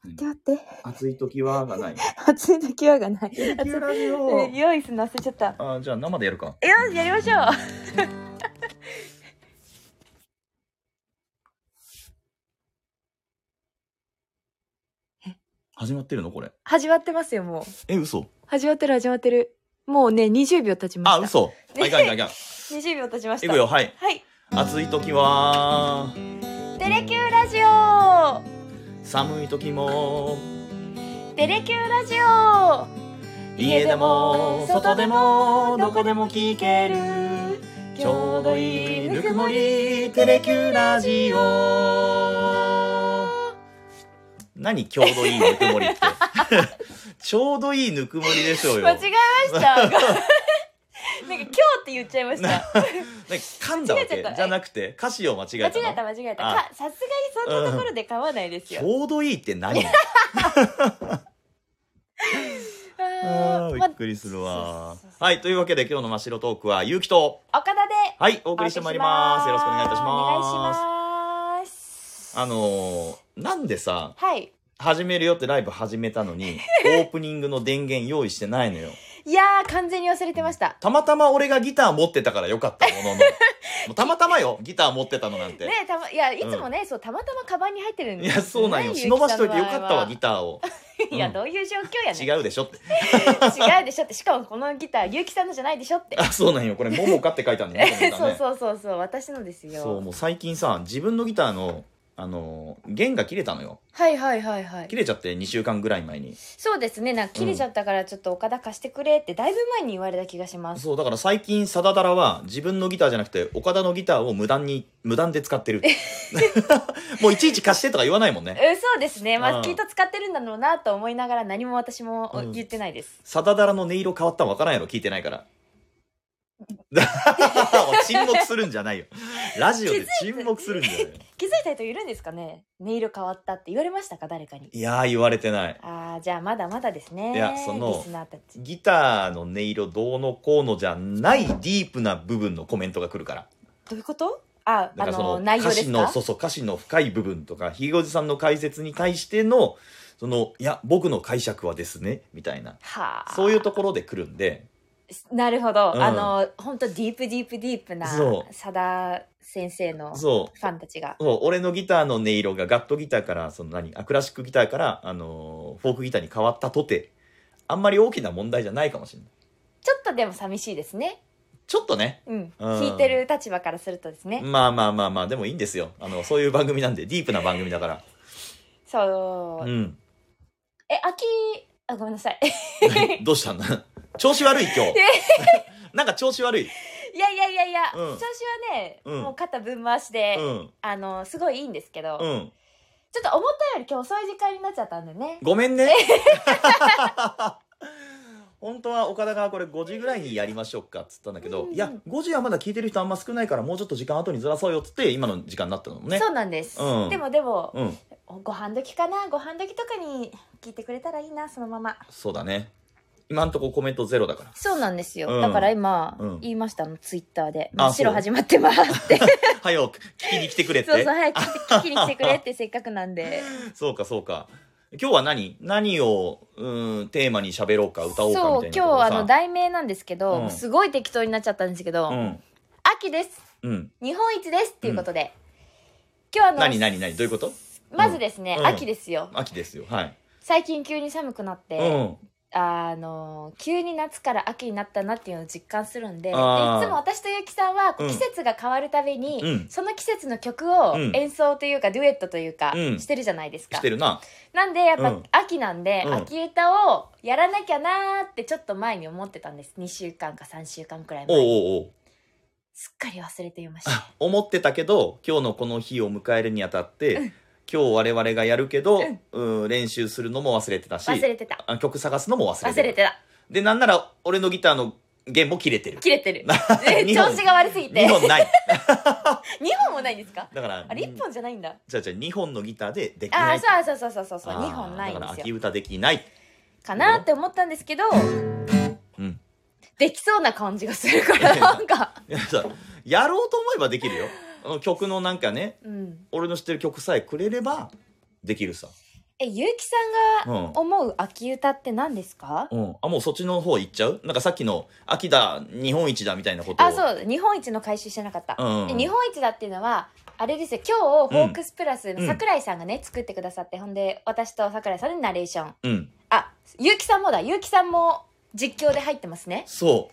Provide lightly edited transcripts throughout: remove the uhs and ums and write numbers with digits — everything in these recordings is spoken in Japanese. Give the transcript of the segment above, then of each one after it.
待って暑い時はがない。 暑い時はがない。 テレキューラジオ。 用意するの忘れちゃった。 あ、じゃあ生でやるか。 よし、やりましょう。 始まってるのこれ。 始まってますよ、もう。 嘘。 始まってる。もうね、20秒経ちました。 嘘。いかん。 20秒経ちました。 いくよ、はい。 はい。 暑い時はテレキューラジオ。 寒い時もテレキューラジオ。 家でも外でもどこでも聞けるちょうどいいぬくもりテレキューラジオ。何ちょうどいいぬくもりってちょうどいいぬくもりでしょうよ。 間違えましたなんか今日って言っちゃいました噛んだわけじゃなくて歌詞を間違えたの。 間違えたさすがにそんなところで噛まないですよ、 ちょうどいいって何びっくりするわ。はい、というわけで今日の真っ白トークはゆうきと岡田ではいお送りしてまいります。よろしくお願いいたします。 お願いします。 なんでさ、 はい、 始めるよってライブ始めたのにオープニングの電源用意してないのよ。 いやー完全に忘れてました。 たまたま俺がギター持ってたからよかったもののもうたまたまよギター持ってたのなんてねいやいつもね、そうたまたまカバンに入ってるんですよ、ね、 いやそうなんよ。忍ばしといてよかったわギターをいやどういう状況やねん。 違うでしょって違うでしょって。しかもこのギターゆうきさんのじゃないでしょって。 あ、そうなんよ。これももかって書いたんだよねそう私のですよ。 そうもう最近さ自分のギターの弦が切れたのよ。 はい切れちゃって2週間ぐらい前に。 そうですね。なんか切れちゃったからちょっと岡田貸してくれってだいぶ前に言われた気がします。 そうだから最近サダダラは自分のギターじゃなくて岡田のギターを無断で使ってるもういちいち貸してとか言わないもんね。 そうですね。まあきっと使ってるんだろうなと思いながら何も私も言ってないです、 サダダラの音色変わったの分からんやろ聞いてないから沈黙するんじゃないよ。ラジオで沈黙するんじゃないよ。 気づいた人いるんですかね。音色変わったって言われましたか誰かに。 いやー言われてない。 じゃあまだまだですね。 いやリスナーたちギターの音色どうのこうのじゃないディープな部分のコメントが来るから。 どういうこと？だからその内容ですか？歌詞の深い部分とかひげおじさんの解説に対してのいや僕の解釈はですねみたいな、そういうところで来るんで。 なるほど、本当ディープな佐田先生のファンたちが。 俺のギターの音色がガットギターからクラシックギターからフォークギターに変わったとてあんまり大きな問題じゃないかもしれない。 ちょっとでも寂しいですね。 ちょっとね、 弾いてる立場からするとですね。 まあでもいいんですよ。そういう番組なんでディープな番組だから。 そう。ごめんなさいどうしたんだ調子悪い今日なんか調子悪い。 いや、調子はね、もう肩ぶん回しで、すごいいいんですけど、ちょっと思ったより今日遅い時間になっちゃったんでね。 ごめんね本当は岡田がこれ5時ぐらいにやりましょうかっつったんだけど、いや5時はまだ聞いてる人あんま少ないからもうちょっと時間後にずらそうよっつって今の時間になったのね。 そうなんです、でも、ご飯時かな、ご飯時とかに聞いてくれたらいいな、そのまま。 そうだね。今んとこコメントゼロだから。 そうなんですよ、だから今、言いましたツイッターで真っ白始まってますって早く聞きに来てくれって。 そう早く聞きに来てくれってせっかくなんでそうか今日は何をテーマに喋ろうか歌おうかみたいな。そう今日題名なんですけど、すごい適当になっちゃったんですけど、秋です、日本一ですっていうことで、今日何どういうこと？ まずですね、秋ですよ。 秋ですよ。はい。 最近急に寒くなって、急に夏から秋になったなっていうのを実感するんで、いつも私とゆきさんは季節が変わるたびに、その季節の曲を演奏というか、デュエットというか、してるじゃないですか。 してるな。 なんでやっぱ秋なんで、秋歌をやらなきゃなーってちょっと前に思ってたんです。2週間か3週間くらい前に。すっかり忘れていました。 思ってたけど今日のこの日を迎えるにあたって、今日我々がやるけど、練習するのも忘れてたし、曲探すのも忘れてた。でなんなら俺のギターの弦も切れてる。 調子が悪すぎて 2本ない 2本もないんですか？だからあれ1本じゃないんだ。 じゃあ2本のギターでできない。 そう2本ないんですよ。 だから秋歌できないかなって思ったんですけど、できそうな感じがするからなんかやろうと思えばできるよ。曲のなんかね、俺の知ってる曲さえくれればできるさ。 結城さんが思う秋歌って何ですか？ もうそっちの方行っちゃう？なんかさっきの秋だ、日本一だみたいなことを。 そう、日本一の回収してなかった。日本一だっていうのは、あれですよ、今日、ホークスプラス、桜井さんがね、作ってくださって、ほんで、私と桜井さんでナレーション。結城さんもだ、結城さんも実況で入ってますね。 そう、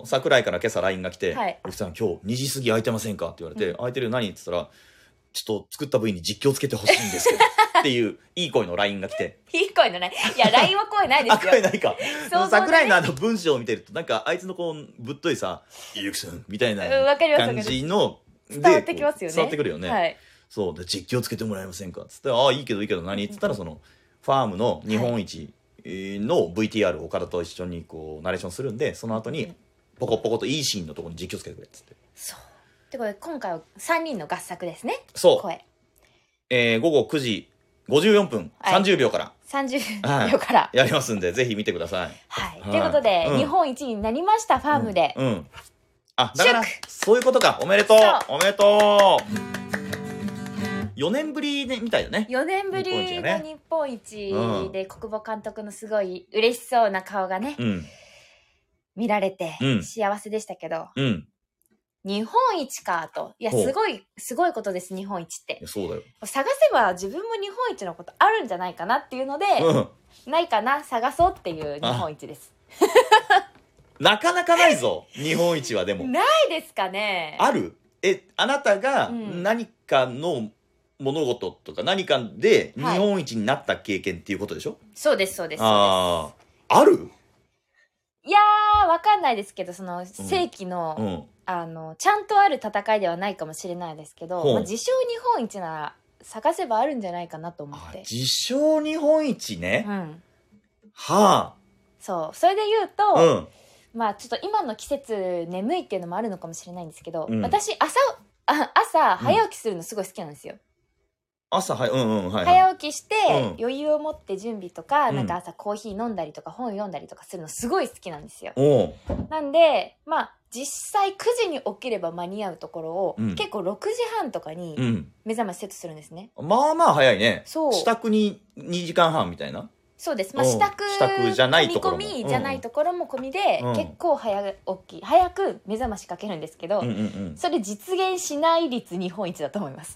桜井から今朝 LINE が来て、結城さん今日2時過ぎ空いてませんかって言われて、空いてるよ何って言ったら、ちょっと作った部位に実況つけてほしいんですけどっていういい声の LINE が来て。 いい声のね。いや LINE は声ないですよ。 声ないか。桜井の文章を見てるとなんかあいつのこうぶっといさ、ゆきさんみたいな感じの伝わってきますよね。 伝わってくるよね。 はい。 そうで実況つけてもらえませんかっつって、ああいいけどいいけど何っつったらそのファームの日本一の VTR を岡田と一緒にこうナレーションするんで、その後にポコポコといいシーンのところに実況つけてくれっつって。 そう。ってことで今回は3人の合作ですね。 そう。 声。 午後9時54分30秒から。 30秒から。 やりますんで、ぜひ見てください。 はい。ということで、日本一になりました、ファームで。 だからそういうことか。おめでとう。おめでとう。4年ぶりみたいだね。 4年ぶりの日本一で、国母監督のすごい嬉しそうな顔がね、見られて、幸せでしたけど、日本一かと。いや、すごいことです、日本一って。 そうだよ。 探せば自分も日本一のことあるんじゃないかなっていうので、ないかな、探そうっていう日本一です。 なかなかないぞ、日本一はでも。 ないですかね。 ある？あなたが何かの物事とか何かで日本一になった経験っていうことでしょ？ そうです、そうです。 ある？ いやー、わかんないですけど、その、世紀の、ちゃんとある戦いではないかもしれないですけど、自称日本一なら探せばあるんじゃないかなと思って。 自称日本一ね。はあ。 そう。それで言うと、まあちょっと今の季節眠いっていうのもあるのかもしれないんですけど、私朝早起きするのすごい好きなんですよ。早起きして、余裕を持って準備とか、なんか朝コーヒー飲んだりとか本読んだりとかするのすごい好きなんですよ。なんで、まあ実際9時に起きれば間に合うところを、結構6時半とかに目覚ましセットするんですね。 まあまあ早いね。 そう。 支度に2時間半みたいな。 そうです。まあ支度じゃないところも。 込みじゃないところも込みで、結構早く目覚ましかけるんですけど、それ実現しない率日本一だと思います。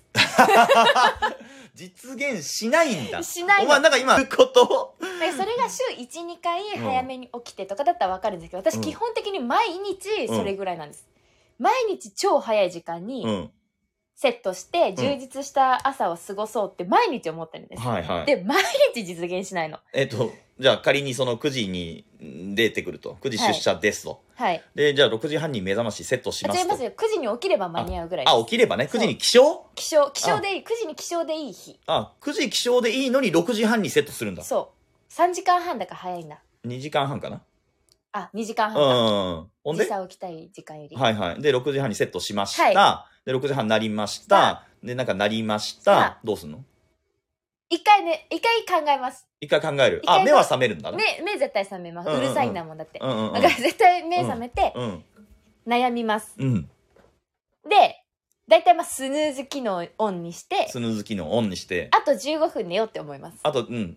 実現しないんだ。 しない。 お前なんか今それが週 1,2 回早めに起きてとかだったら分かるんですけど、私基本的に毎日それぐらいなんです。毎日超早い時間にセットして充実した朝を過ごそうって毎日思ってるんです。で、毎日実現しないの。 じゃあ仮にその9時に出てくると。9時出社ですと。で、じゃあ6時半に目覚ましセットしますと。 違いますよ。9時に起きれば間に合うぐらいです。起きればね。9時に起床でいい。9時に起床でいい日。 9時起床でいいのに6時半にセットするんだ。 そう。3時間半だから早いんだ。 2時間半かな。 2時間半か。時差起きたい時間より。 で、6時半にセットしました。で、6時半になりました。で、なんかなりました。どうすんの？ 一回考えます。 一回考える。目は覚めるんだな。 目絶対覚めます。うるさいんだもんだって。だから絶対目覚めて、悩みます。で、だいたいスヌーズ機能オンにして、あと15分寝ようって思います。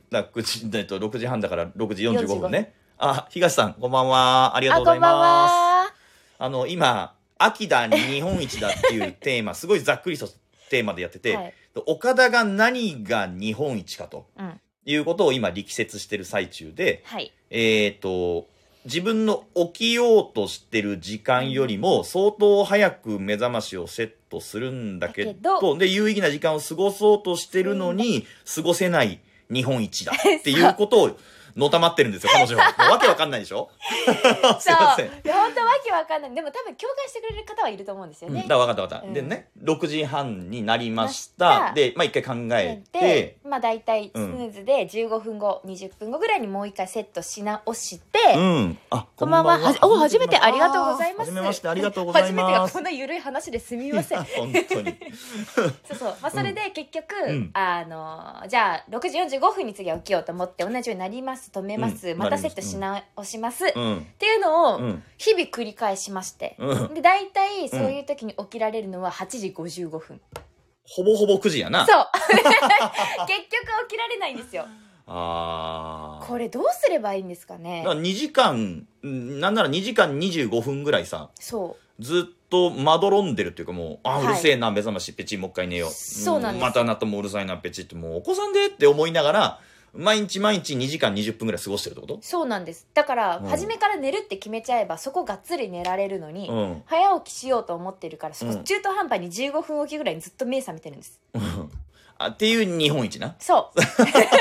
6時半だから6時45分ね。東さん、こんばんは。ありがとうございます。今、秋だ、日本一だっていうテーマ、すごいざっくりとテーマでやってて、岡田が何が日本一かということを今力説してる最中で、自分の起きようとしてる時間よりも相当早く目覚ましをセットするんだけど、で、有意義な時間を過ごそうとしてるのに、過ごせない日本一だっていうことを、のたまってるんですよ、彼女は。わけわかんないでしょ？ すいません。本当わけわかんない。でも多分共感してくれる方はいると思うんですよね。 わかった。でね、6時半になりました。で、一回考えて。 だいたいスヌーズで15分後、20分後ぐらいにもう一回セットし直して、こんばんは。初めてありがとうございます。 初めましてありがとうございます。 初めてがこんな緩い話ですみません。 本当に。 それで結局、じゃあ6時45分に次は起きようと思って同じようになります。止めます、またセットし直します、っていうのを日々繰り返しまして、で大体そういう時に起きられるのは8時55分。 ほぼほぼ9時やな。 そう結局起きられないんですよ。 ああ。 これどうすればいいんですかね。 だから2時間、なんなら2時間25分ぐらいさ、 そうずっとまどろんでるっていうか、もう、うるせえな、目覚ましペチ、もう一回寝よう。 そうなんです。 またなったもうるさいな、ペチって、もう起こさんでって思いながら、毎日2時間20分ぐらい過ごしてるってこと？ そうなんです。だから、初めから寝るって決めちゃえば、そこがっつり寝られるのに、早起きしようと思ってるから、中途半端に15分おきぐらいにずっと目覚めてるんです。 っていう日本一な。 そう。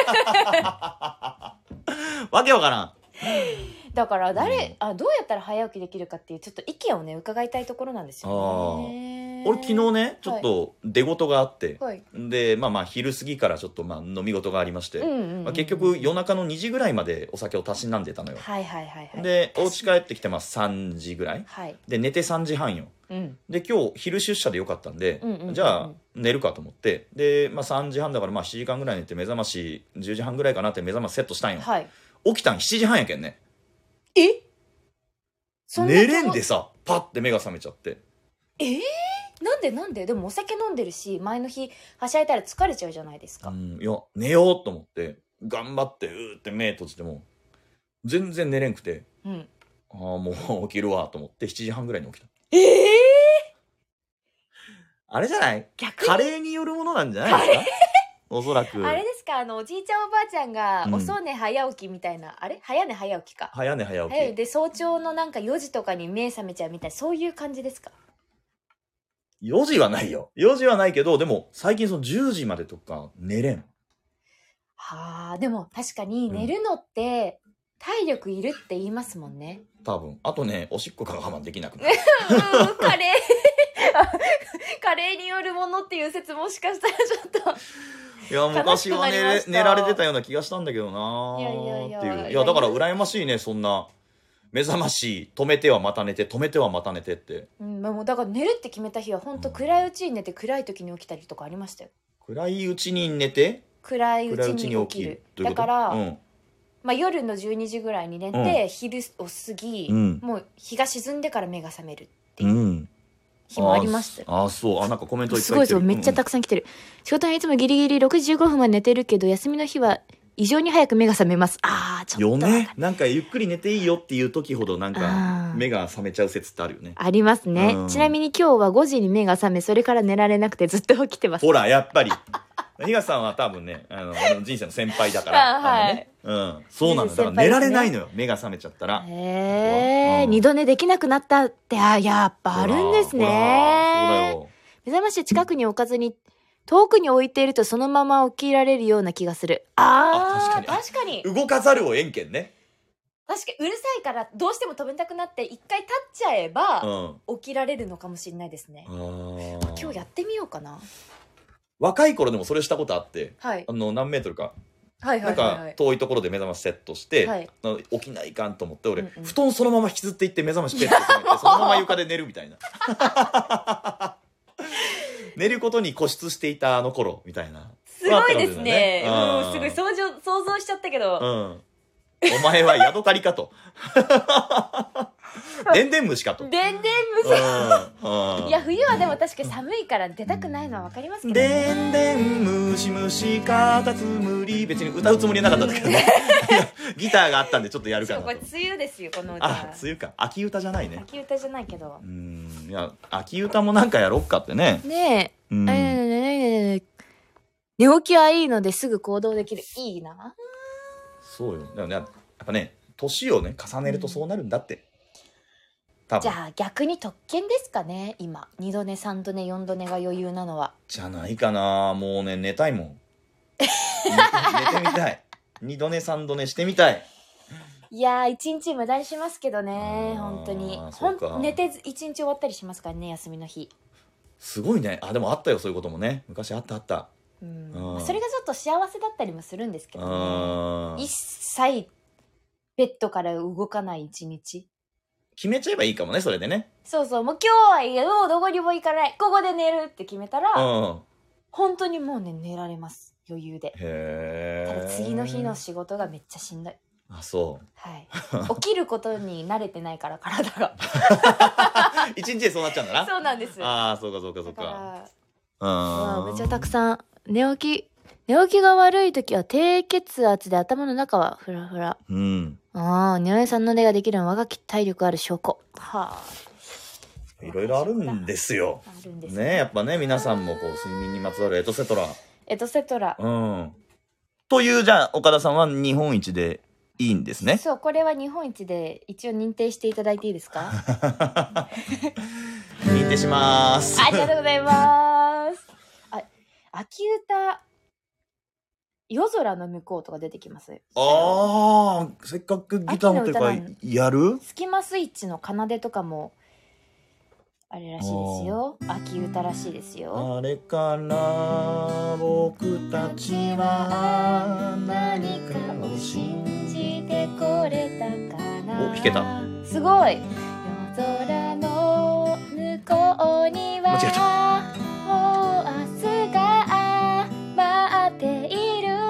わけわからん。 だからどうやったら早起きできるかっていうちょっと意見をね伺いたいところなんですよね。 俺昨日ねちょっと出事があって、 はい、 で昼過ぎからちょっと飲み事がありまして、結局夜中の2時ぐらいまでお酒をたしなんでたのよ。でお家帰ってきて3時ぐらい、はい、で寝て3時半よ。で今日昼出社でよかったんで、じゃあ寝るかと思ってで、3時半だから7時間ぐらい寝て目覚まし10時半ぐらいかなって目覚ましセットしたんよ。はい、起きたん7時半やけんね。寝れんでさパッて目が覚めちゃって。 なんででもお酒飲んでるし前の日はしゃいだら疲れちゃうじゃないですか。 いや寝ようと思って頑張ってって目閉じても全然寝れんくて、もう起きるわと思って7時半ぐらいに起きた。あれじゃない？加齢によるものなんじゃないですか？おそらくあれですか、おじいちゃんおばあちゃんが遅寝早起きみたいな、あれ早寝早起きか。 早寝早起きで早朝のなんか4時とかに目覚めちゃうみたいな、そういう感じですか ？4時はないよ。4時はないけど、でも最近その10時までとか寝れん。 はあ、でも確かに寝るのって体力いるって言いますもんね。 多分。あとね、おしっこが我慢できなくなる。 加齢によるものっていう説もしかしたらちょっと。 いや昔は寝られてたような気がしたんだけどなーっていう。いやだから羨ましいね、そんな目覚まし止めてはまた寝て止めてはまた寝てって、 もうだから寝るって決めた日は本当暗いうちに寝て暗い時に起きたりとかありましたよ。 暗いうちに寝て暗いうちに起きる。だから、夜の12時ぐらいに寝て、昼を過ぎ、もう日が沈んでから目が覚めるっていう日もありました。 そう。なんかコメントいっぱい来てる。 すごいですよ。めっちゃたくさん来てる。仕事はいつもギリギリ6時15分は寝てるけど、休みの日は異常に早く目が覚めます。ちょっと。よね。 なんかゆっくり寝ていいよっていう時ほどなんか目が覚めちゃう説ってあるよね。 ありますね。ちなみに今日は5時に目が覚め、それから寝られなくてずっと起きてます。 ほら、やっぱり。東さんは多分ね、人生の先輩だから。そうなんだ。だから寝られないのよ。目が覚めちゃったら。 二度寝できなくなったって、やっぱあるんですね。そうだよ。目覚まし近くに置かずに、遠くに置いているとそのまま起きられるような気がする。確かに。 動かざるをえんけんね。 確かに、うるさいからどうしても止めたくなって一回立っちゃえば、起きられるのかもしれないですね。今日やってみようかな。 若い頃でもそれしたことあって、何メートルか。なんか遠いところで目覚ましセットして、起きないかんと思って俺、布団そのまま引きずっていって目覚ましペッて止めてそのまま床で寝るみたいな。寝ることに固執していたあの頃みたいな。 すごいですね。すごい想像しちゃったけど。 お前はヤドカリかと。でんでん虫かと。 でんでん虫。いや冬はでも確かに寒いから出たくないのはわかりますけどね。 でんでん虫虫かたつむり。別に歌うつもりはなかったんだけどね。ギターがあったんでちょっとやるかなと。 これ梅雨ですよこの歌。 梅雨か。秋歌じゃないね。 秋歌じゃないけど。 いや秋歌もなんかやろっかってね。 ねえ。寝起きはいいのですぐ行動できる。いいな。 そうよ。だからね、やっぱね、年をね、重ねるとそうなるんだって。 じゃあ逆に特権ですかね、今。2度寝、3度寝、4度寝が余裕なのは。 じゃないかな。もうね、寝たいもん。寝てみたい。2度寝、3度寝してみたい。 いやー、1日無駄にしますけどね、本当に。寝て1日終わったりしますからね、休みの日。すごいね。でもあったよ、そういうこともね。昔あった。 それがちょっと幸せだったりもするんですけどね。一切ベッドから動かない一日決めちゃえばいいかもね、それでね。 そうもう今日はいいけどどこにも行かない、ここで寝るって決めたら、本当にもうね寝られます、余裕で。ただ次の日の仕事がめっちゃしんどい。 そう。 はい。起きることに慣れてないから体が。 一日でそうなっちゃうんだな。 そうなんです。 そうか。 わあ、めっちゃたくさん。寝起きが悪い時は低血圧で頭の中はフラフラ。ああ、ニョエさんの寝ができるのは若き体力ある証拠。はあ。いろいろあるんですよ。あるんですね。やっぱね、皆さんもこう、睡眠にまつわるエトセトラ。という、じゃあ、岡田さんは日本一でいいんですね。 そう、これは日本一で一応認定していただいていいですか？ 認定します。 ありがとうございます。秋歌、夜空の向こうとか出てきます。 ああ、せっかくギター持ってるからやる？ スキマスイッチの奏でとかもあれらしいですよ。秋歌らしいですよ。 あれから僕たちは何かを信じてこれたかな。お、弾けた。 すごい。夜空の向こうにはもう明日が待っている。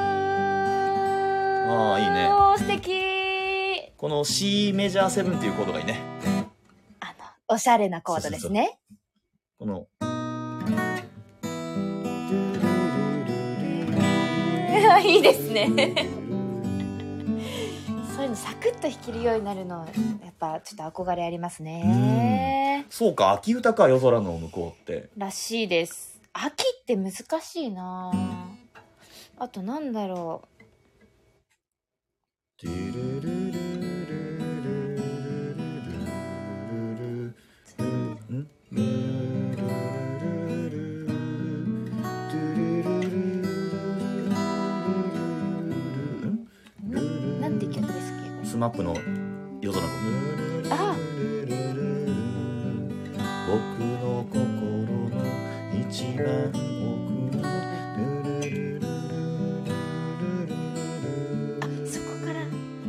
ああ、いいね。 素敵。 この C メジャー7っていうコードがいいね。 おしゃれなコードですね。 このいいですね。そういうのサクッと弾けるようになるのやっぱちょっと憧れありますね。 そうか、秋歌か、夜空の向こうってらしいです。秋って難しいな。あとなんだろう。なんて曲ですっけ？ スマップの夜空の向こう。 あ、 僕の心の一番奥のそこから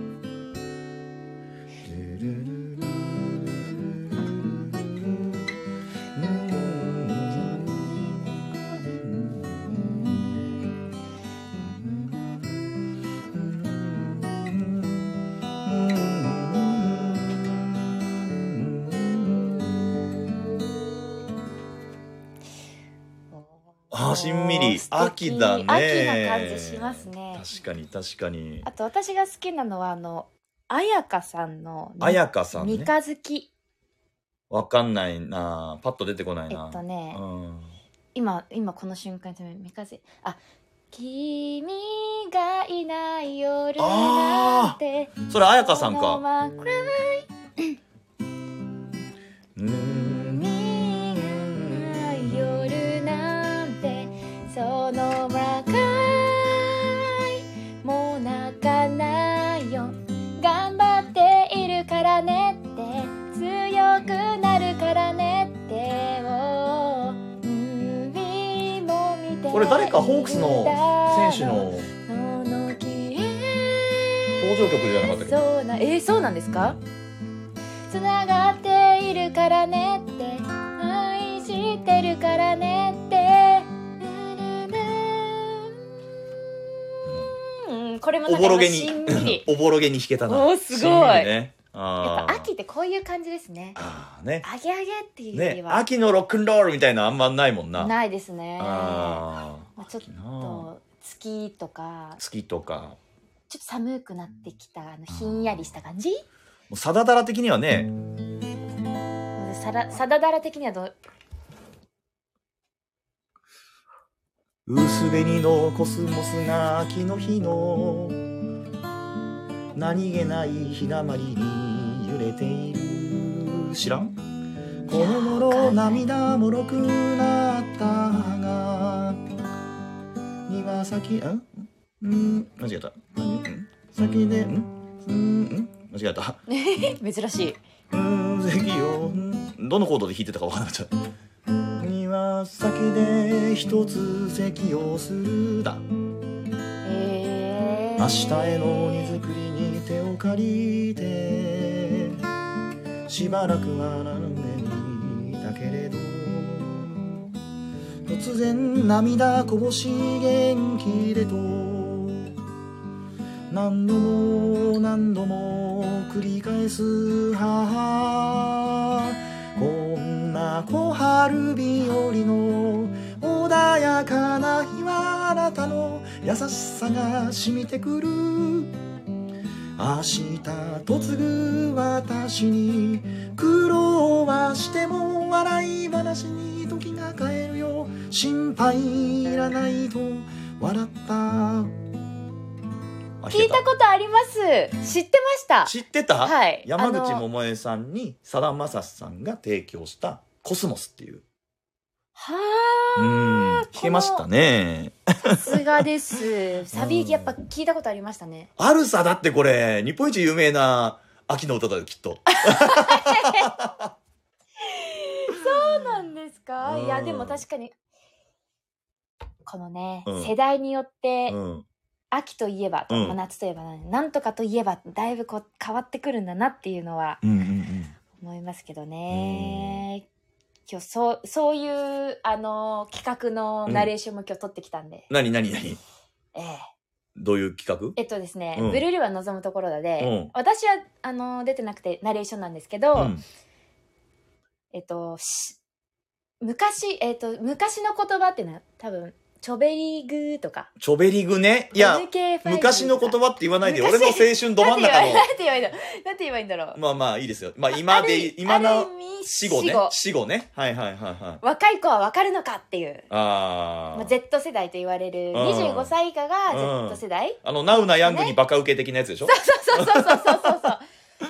しんみり秋だね。 秋な感じしますね。 確かに確かに。 あと私が好きなのは彩香さんの彩香さんね。 三日月。 わかんないな。パッと出てこないな。今この瞬間に三日月。君がいない夜なんて。 それ彩香さんか。 その若いもう泣かないよ頑張っているからねって強くなるからねってこれ誰かホークスの選手の登場曲じゃなかったっけ？そうなんですか？つながっているからねって愛してるからねってこれもなんかしんみりおぼろげに弾けたな。 おーすごい、 ね、 やっぱ秋ってこういう感じですね。 ね、 あげあげっていうよりは、 ね、秋のロックンロールみたいなあんまないもんな。 ないですね。ちょっと月とかちょっと寒くなってきたひんやりした感じ。 サダダラ的にはね、 サダダラ的には薄紅のコスモスが秋の日の何気ない日だまりに揺れている。知らん？この頃涙もろくなった葉が庭先間違えた。先で間違えた。 珍しい。 席をどのコードで弾いてたか分からなくなっちゃった。庭先で一つ席をするだ。明日への荷造りに手を借りてしばらくは斜めにいたけれど突然涙こぼし元気でと何度も何度も繰り返す母。こんな小春日和の穏やかな日はあなたの優しさが染みてくる。明日嫁ぐ私に苦労はしても笑い話に時が変えるよ。心配いらないと笑った。 聞いたことあります。知ってました。 知ってた？ はい。 山口百恵さんにさだまさしさんが提供したコスモスっていう。 はあ。聞けましたね。 さすがです。サビやっぱ聞いたことありましたね。 あるさ、だってこれ日本一有名な秋の歌だよきっと。 そうなんですか？いやでも確かにこのね、世代によって、秋といえば、夏といえばなんとかといえばだいぶこう変わってくるんだなっていうのは思いますけどね。今日そういう企画のナレーションも今日撮ってきたんで。 何どういう企画？ ですね、ブルーリボン望むところだで、私は出てなくてナレーションなんですけど、昔の言葉っていうのは多分チョベリグとか。 チョベリグね。いや、昔の言葉って言わないで、俺の青春ど真ん中の。 なんて言えばいいんだろう。 まあいいですよ。まあ今の死後ね。死後ね。はい。 若い子は分かるのかっていう。Z 世代と言われる25歳以下が Z 世代。 ナウなヤングにバカ受け的なやつでしょ？ そう。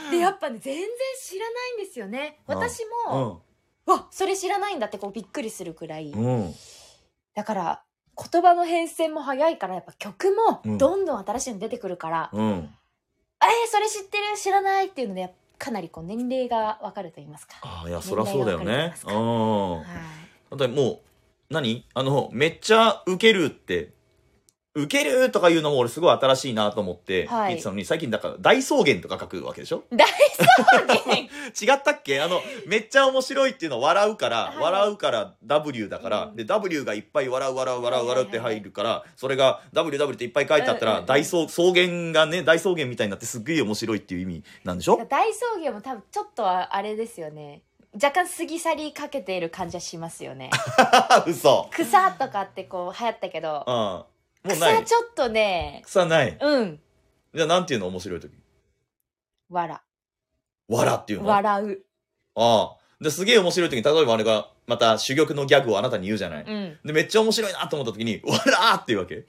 で、やっぱね、全然知らないんですよね。私も、それ知らないんだってこうびっくりするくらい。だから、言葉の変遷も早いから、やっぱ曲もどんどん新しいの出てくるから、それ知ってる知らないっていうので、かなりこう年齢がわかると言いますか。 いや、そりゃそうだよね。だってもう、めっちゃウケるって、ウケるとかいうのも俺すごい新しいなと思って言ってたのに、最近だから大草原とか書くわけでしょ？ 大草原違ったっけ？めっちゃ面白いっていうのは笑うから W だから、で W がいっぱい笑うって入るから、それが WW っていっぱい書いてあったら、草原がね、大草原みたいになってすっげえ面白いっていう意味なんでしょ？ 大草原も多分ちょっとあれですよね。若干過ぎ去りかけている感じはしますよね。 嘘。 草とかってこう流行ったけど、もうない。草ちょっとね。 草ない。 じゃあなんていうの面白い時？ 笑っていうの？ 笑う。 すげえ面白い時に、例えばあれがまた珠玉のギャグをあなたに言うじゃない？で、めっちゃ面白いなと思った時に、笑って言うわけ？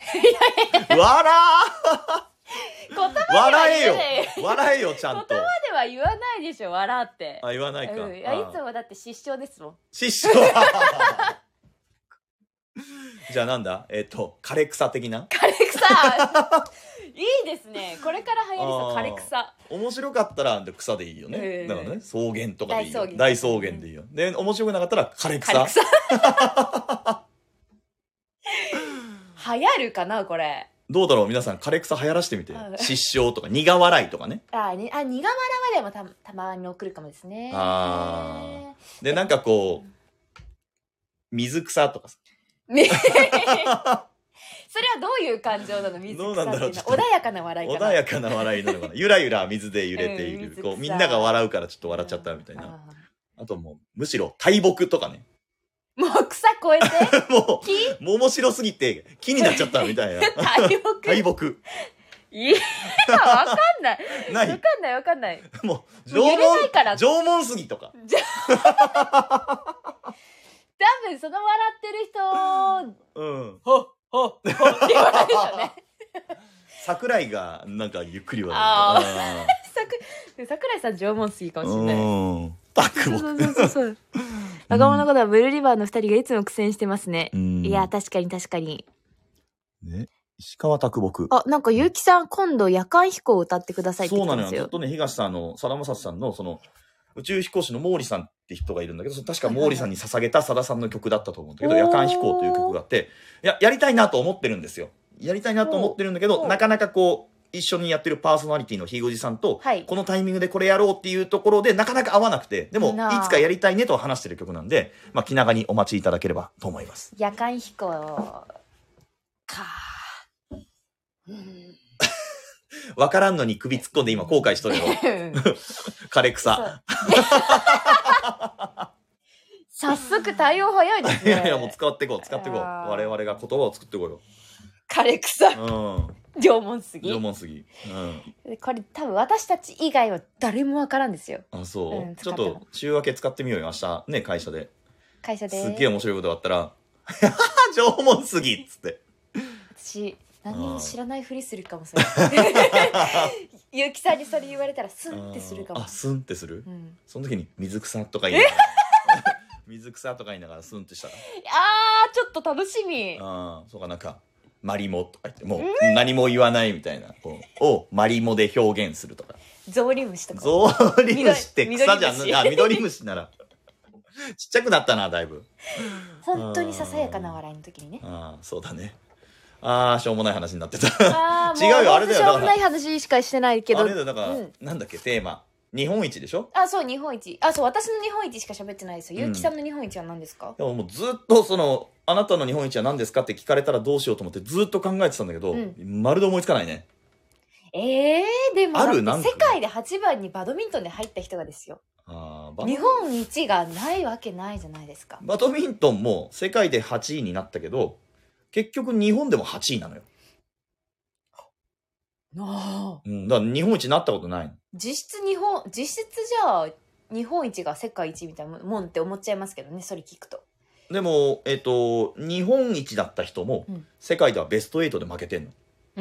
笑えよ、ちゃんと。 言葉では言わないでしょ、笑って。 言わないか。 いつもだって失笑ですもん。 失笑じゃあなんだ枯れ草的な？ 枯れ草いいですね。これから流行りそう、枯れ草。 面白かったら草でいいよね。だからね、草原とかでいいよ。大草原でいいよ。で、面白くなかったら枯れ草。 流行るかな、これ。 どうだろう、皆さん枯れ草流行らしてみて。失笑とか苦笑いとかね。 苦笑いはでもたまに送るかもですね。 で、なんかこう水草とかさ。それはどういう感情なの？水草っていうのは穏やかな笑いかな。 穏やかな笑いなのかな。ゆらゆら水で揺れている。こうみんなが笑うからちょっと笑っちゃったみたいな。あともうむしろ大木とかね。 もう草越えてもう面白すぎて木になっちゃったみたいな。大木。いや、 わかんない。わかんない。 もう縄文杉とか。 多分その笑ってる人ほっって言わないでしょうね。 桜井がなんかゆっくり笑う。桜井さん縄文杉かもしれない。そう若者のことはブルーリバーの2人がいつも苦戦してますね。いや、確かにね。石川啄木。 なんか結城さん今度夜間飛行を歌ってくださいって言ってますよ。 そうなのよ。ずっとね、東さんのさだまさしさんのその宇宙飛行士の毛利さんって人がいるんだけど、確か毛利さんに捧げたさださんの曲だったと思うんだけど、夜間飛行という曲があって、やりたいなと思ってるんですよ。やりたいなと思ってるんだけど、なかなかこう、一緒にやってるパーソナリティのひぐじさんと、このタイミングでこれやろうっていうところで、なかなか合わなくて、でも、いつかやりたいねと話してる曲なんで、気長にお待ちいただければと思います。 夜間飛行か。 わからんのに首突っ込んで今後悔しとるよ。枯れ草。 早速対応早いですね。 いやいや、もう使っていこう。我々が言葉を作っていこうよ。 枯れ草。縄文杉。 縄文杉。 これ多分私たち以外は誰もわからんですよ。 あ、そう。ちょっと週明け使ってみようよ、明日ね、会社で。 すっげえ面白いことがあったら、縄文杉っつって。 私、何も知らないふりするかもしれない。ゆうきさんにそれ言われたらスンってするかも。 スンってする？その時に水草とか言いながら。水草とか言いながらスンってしたら。 ちょっと楽しみ。 そうか、なんか、マリモとか言って、もう何も言わないみたいな。をマリモで表現するとか。 ゾウリムシとか。 ゾウリムシって草じゃん。あ、緑虫なら。ちっちゃくなったな、だいぶ。 本当にささやかな笑いの時にね。 そうだね。しょうもない話になってた。違うよ、あれだよ。 しょうもない話しかしてないけど。 あれだよ、だから、なんだっけ、テーマ。日本一でしょ？ そう、日本一。そう、私の日本一しか喋ってないですよ。ゆうきさんの日本一は何ですか？ でももうずっとあなたの日本一は何ですかって聞かれたらどうしようと思ってずっと考えてたんだけど、まるで思いつかないね。 でも、世界で8番にバドミントンで入った人がですよ。日本一がないわけないじゃないですか。 バドミントンも世界で8位になったけど、結局日本でも8位なのよ。だから日本一になったことないの。 実質じゃあ日本一が世界一みたいなもんって思っちゃいますけどね、それ聞くと。 でも日本一だった人も、世界ではベスト8で負けてんの。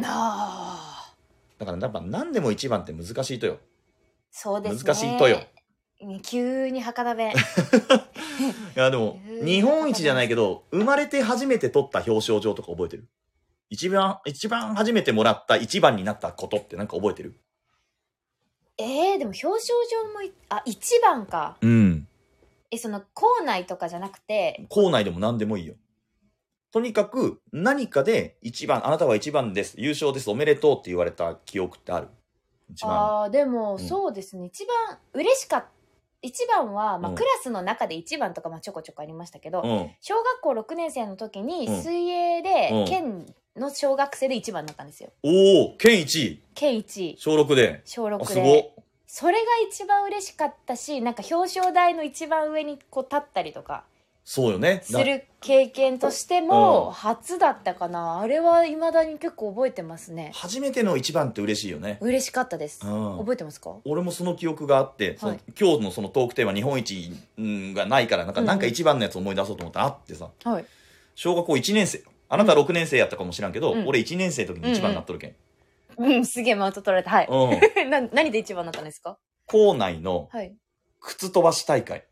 だからやっぱ何でも一番って難しいとよ。 そうですね。 難しいとよ。 急に博多弁。いやでも日本一じゃないけど、生まれて初めて取った表彰状とか覚えてる？一番初めてもらった一番になったことってなんか覚えてる？ でも表彰状も一番か。その校内とかじゃなくて。 校内でも何でもいいよ。とにかく何かで一番、あなたは一番です、優勝です、おめでとうって言われた記憶ってある？ でも、そうですね。一番嬉しかった。一番は、クラスの中で一番とかちょこちょこありましたけど、小学校6年生の時に水泳で県の小学生で一番になったんですよ。 県1位。 県1位。 小6で。 小6で。 すごっ。 それが一番嬉しかったし、なんか表彰台の一番上に立ったりとか。 そうよね。 する経験としても初だったかな。あれは未だに結構覚えてますね。 初めての一番って嬉しいよね。 嬉しかったです。覚えてますか？ 俺もその記憶があって、今日のそのトークテーマ日本一がないからなんか一番のやつ思い出そうと思ったらあってさ、小学校1年生、あなた6年生やったかもしらんけど、俺1年生の時に一番になっとるけん。 すげえマウント取られた。はい。何で一番になったんですか？ 校内の靴飛ばし大会。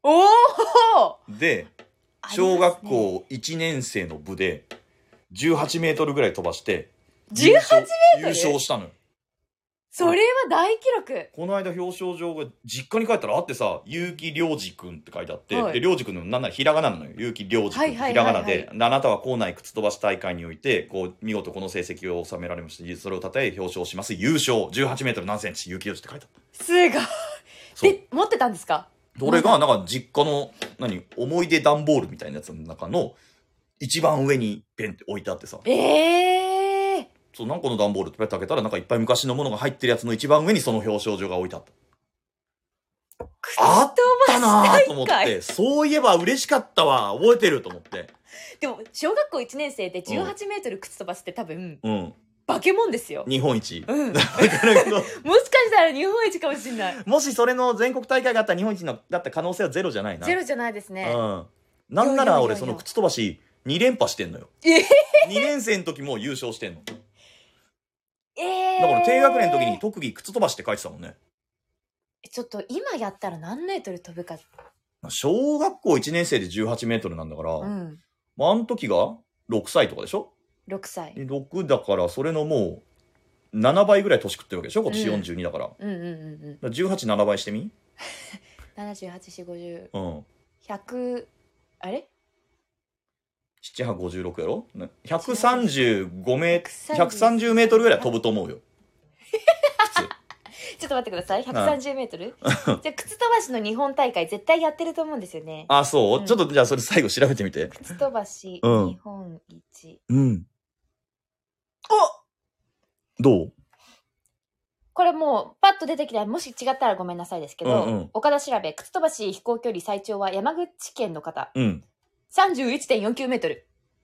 で、小学校1年生の部で18メートルぐらい飛ばして 18メートル優勝したのよ。 それは大記録。 この間表彰状が実家に帰ったらあってさ、結城良二くんって書いてあって、で良二くんのなんならひらがななのよ。結城良二くん、ひらがなで、あなたは校内靴飛ばし大会において見事この成績を収められました。それをたたえ表彰します。優勝18メートル何センチ結城良二って書いてあった。 すごい。で持ってたんですか？ 俺がなんか実家の思い出段ボールみたいなやつの中の一番上にペンって置いてあってさ。そう、何個の段ボールってペッと開けたらなんかいっぱい昔のものが入ってるやつの一番上にその表彰状が置いてあった。あったなーと思って、そういえば嬉しかったわ、覚えてると思って。 でも小学校1年生で18メートル靴飛ばすって多分、化け物ですよ。 日本一。 もしかしたら日本一かもしれない。 もしそれの全国大会があったら日本一だった可能性はゼロじゃないな。 ゼロじゃないですね。 なんなら俺その靴飛ばし2連覇してんのよ。2年生の時も優勝してんの。だから低学年の時に特技靴飛ばしって書いてたもんね。 ちょっと今やったら何メートル飛ぶか。 小学校1年生で18メートルなんだから、あの時が6歳とかでしょ？ 6 歳。 6だからそれのもう7倍ぐらい年食ってるわけでしょ？今年42だから。18、7倍してみ？ 78、4、50。100、あれ 7、8、56やろ ?135 メ130メートルぐらい飛ぶと思うよ。 ちょっと待ってください。130メートルじゃあ、靴飛ばしの日本大会絶対やってると思うんですよね。 あ、そう、ちょっとじゃあそれ最後調べてみて。 靴飛ばし、日本一。 どう？ これもう、パッと出てきたら、もし違ったらごめんなさいですけど、岡田調べ、靴飛ばし飛行距離最長は山口県の方。31.49 メートル。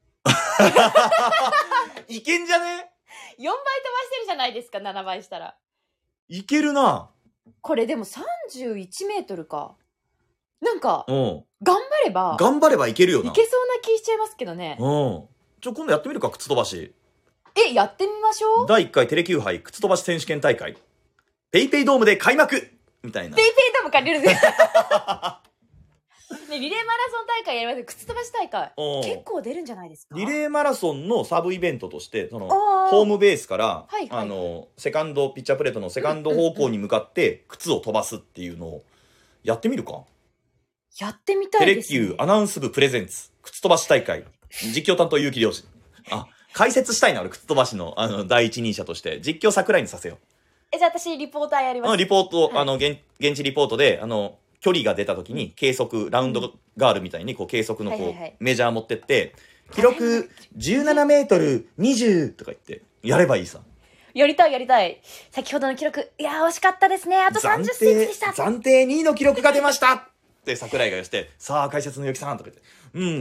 いけんじゃね？ 4 倍飛ばしてるじゃないですか、7倍したら。 いけるな。 これでも31メートルか。なんか、頑張ればいけるよな。 いけそうな気しちゃいますけどね。 今度やってみるか、靴飛ばし。 やってみましょう。 第1回テレキュー杯靴飛ばし選手権大会。ペイペイドームで開幕みたいな。 ペイペイドーム借りるぜ。ね、リレーマラソン大会やります。靴飛ばし大会。結構出るんじゃないですか。 リレーマラソンのサブイベントとして、ホームベースから、セカンド、ピッチャープレートのセカンド方向に向かって、靴を飛ばすっていうのを、やってみるか？ やってみたいですね。 テレキューアナウンス部プレゼンツ、靴飛ばし大会。実況担当結城良二。解説したいな、俺、靴飛ばしの、第一人者として。実況桜井にさせよう。 じゃあ私、リポーターやります。 リポート、現地リポートで、距離が出た時に、計測、ラウンドガールみたいに、計測のメジャー持ってって、記録17メートル20とか言って、やればいいさ。 やりたい。先ほどの記録、いやー惜しかったですね。あと30センチでした。 暫定2位の記録が出ましたって桜井が言って、さあ、解説のゆきさんとか言って、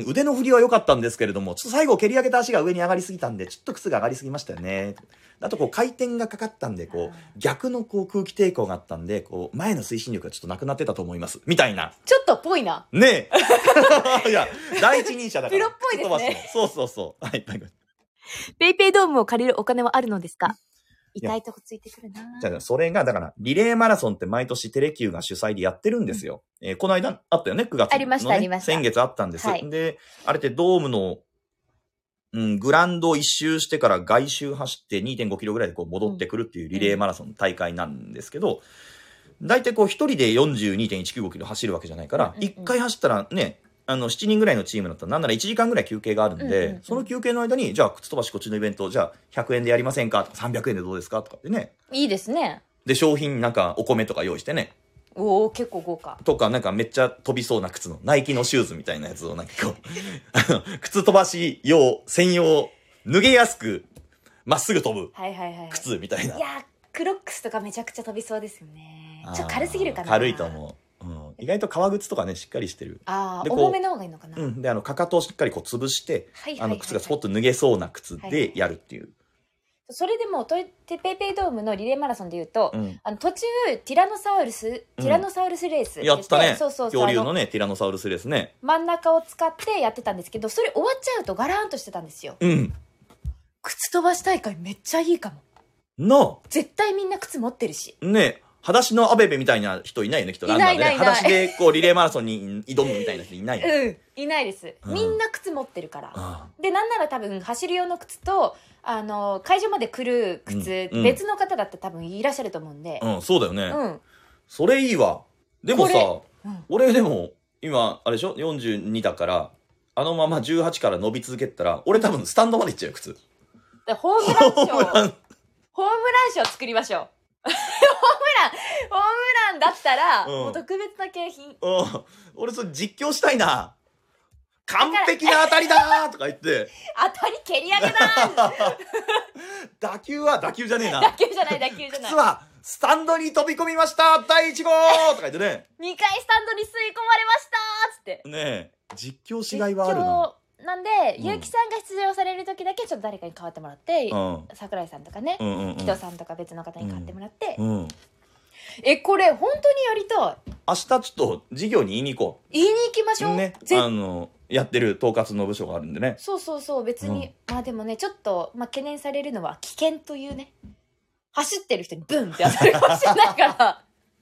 腕の振りは良かったんですけれども、ちょっと最後蹴り上げた足が上に上がりすぎたんで、ちょっと靴が上がりすぎましたよね。あと回転がかかったんで、逆の空気抵抗があったんで、前の推進力がちょっとなくなってたと思います。みたいな。 ちょっとっぽいな。 ねえ。いや、第一人者だから。 プロっぽいですね。 そう。はい、 ペイペイドームを借りるお金はあるのですか？痛いとこついてくるな。 じゃあ、それが、だから、リレーマラソンって毎年テレキューが主催でやってるんですよ。この間あったよね、9月の、ね。 ありました。 先月あったんです。で、あれってドームの、グラウンドを一周してから外周走って 2.5 キロぐらいで戻ってくるっていうリレーマラソン大会なんですけど、大体一人で 42.195 キロ走るわけじゃないから、1回走ったらね、7人ぐらいのチームだったらなんなら1時間ぐらい休憩があるんで、その休憩の間に、じゃあ靴飛ばしこっちのイベント、じゃあ100円でやりませんかとか300円でどうですかとかってね。 いいですね。 で、商品お米とか用意してね。 おー、結構豪華。 とか、めっちゃ飛びそうな靴の、ナイキのシューズみたいなやつを靴飛ばし用、専用、脱げやすく、まっすぐ飛ぶ。靴みたいな。 いや、クロックスとかめちゃくちゃ飛びそうですよね。ちょっと軽すぎるかな。 軽いと思う。意外と革靴とかね、しっかりしてる。 重めの方がいいのかな。 で、かかとをしっかり潰して、靴がスポッと脱げそうな靴でやるっていう。 それでもペイペイドームのリレーマラソンでいうと、途中ティラノサウルスレースやってたね。恐竜のねティラノサウルスレースね。 真ん中を使ってやってたんですけど、それ終わっちゃうとガラーンとしてたんですよ。靴飛ばし大会めっちゃいいかも。絶対みんな靴持ってるし。 ね。裸足のアベベみたいな人いないよね、きっと。ランナーでね。裸足でリレーマラソンに挑むみたいな人いないよ。 いないです。みんな靴持ってるから。で、なんなら多分走る用の靴と、会場まで来る靴、別の方だって多分いらっしゃると思うんで。 そうだよね。それいいわ。でもさ、俺でも、今、あれでしょ ?42 だから、あのまま18から伸び続けたら、俺多分スタンドまで行っちゃうよ、靴。 ホームラン賞作りましょう。ホームランだったら、もう特別な景品。 俺それ実況したいな。完璧な当たりだーとか言って。 当たり蹴り上げだー打球じゃねえな。 打球じゃない。 靴は、スタンドに飛び込みました第1号とか言ってね。 2回スタンドに吸い込まれましたーつって。 ねえ、実況しがいはあるな。 なんで、結城さんが出場される時だけちょっと誰かに代わってもらって、桜井さんとかね、木戸さんとか別の方に代わってもらって、これ本当にやりたい。 明日ちょっと授業に言いに行こう。 言いに行きましょう。 ね、やってる統括の部署があるんでね。 そう別に、まあでもね、ちょっと懸念されるのは危険というね、走ってる人にブンって当たるかもしれないから。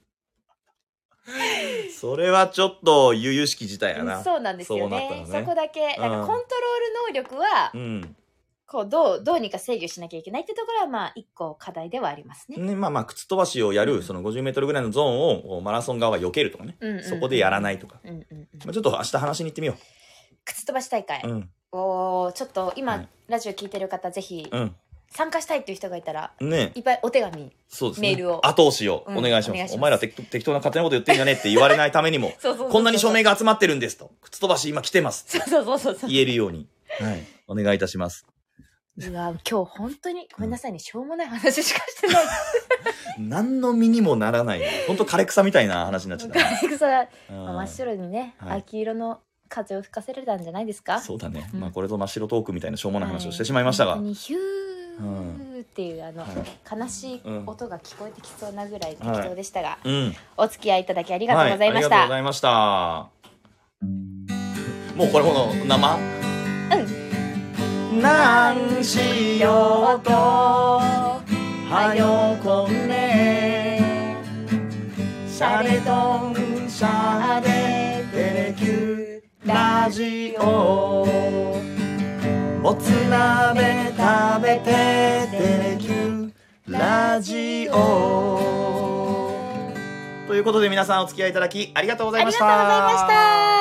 それはちょっと悠々しき事態やな。 そうなんですよね。そこだけ、コントロール能力は、どうにか制御しなきゃいけないってところは、一個課題ではありますね。 靴飛ばしをやる、その50メートルぐらいのゾーンをマラソン側は避けるとかね。そこでやらないとか。ちょっと明日話しに行ってみよう。 靴飛ばし大会。ちょっと今、ラジオ聞いてる方、ぜひ、参加したいっていう人がいたら、いっぱいお手紙、メールを。 後押しをお願いします。お前ら適当な勝手なこと言ってんじゃねえって言われないためにも、こんなに署名が集まってるんですと。靴飛ばし今来てます。言えるように。お願いいたします。 うわ、今日本当にごめんなさいね、しょうもない話しかしてない。 何の身にもならない。本当枯れ草みたいな話になっちゃったね。 枯れ草、真っ白にね、 はい秋色の風を吹かせられたんじゃないですか。 そうだね。 うんまあこれぞ真っ白トークみたいなしょうもない話をしてしまいましたが。 本当にヒューっていう悲しい音が聞こえてきそうなぐらい適当でしたが、お付き合いいただきありがとうございました。 ありがとうございました。もうこれもの生？なんしようとはよこんねシャレとんしゃれテレキュラジオもつ鍋食べてテレキュラジオということで皆さんお付き合いいただきありがとうございました。 ありがとうございました。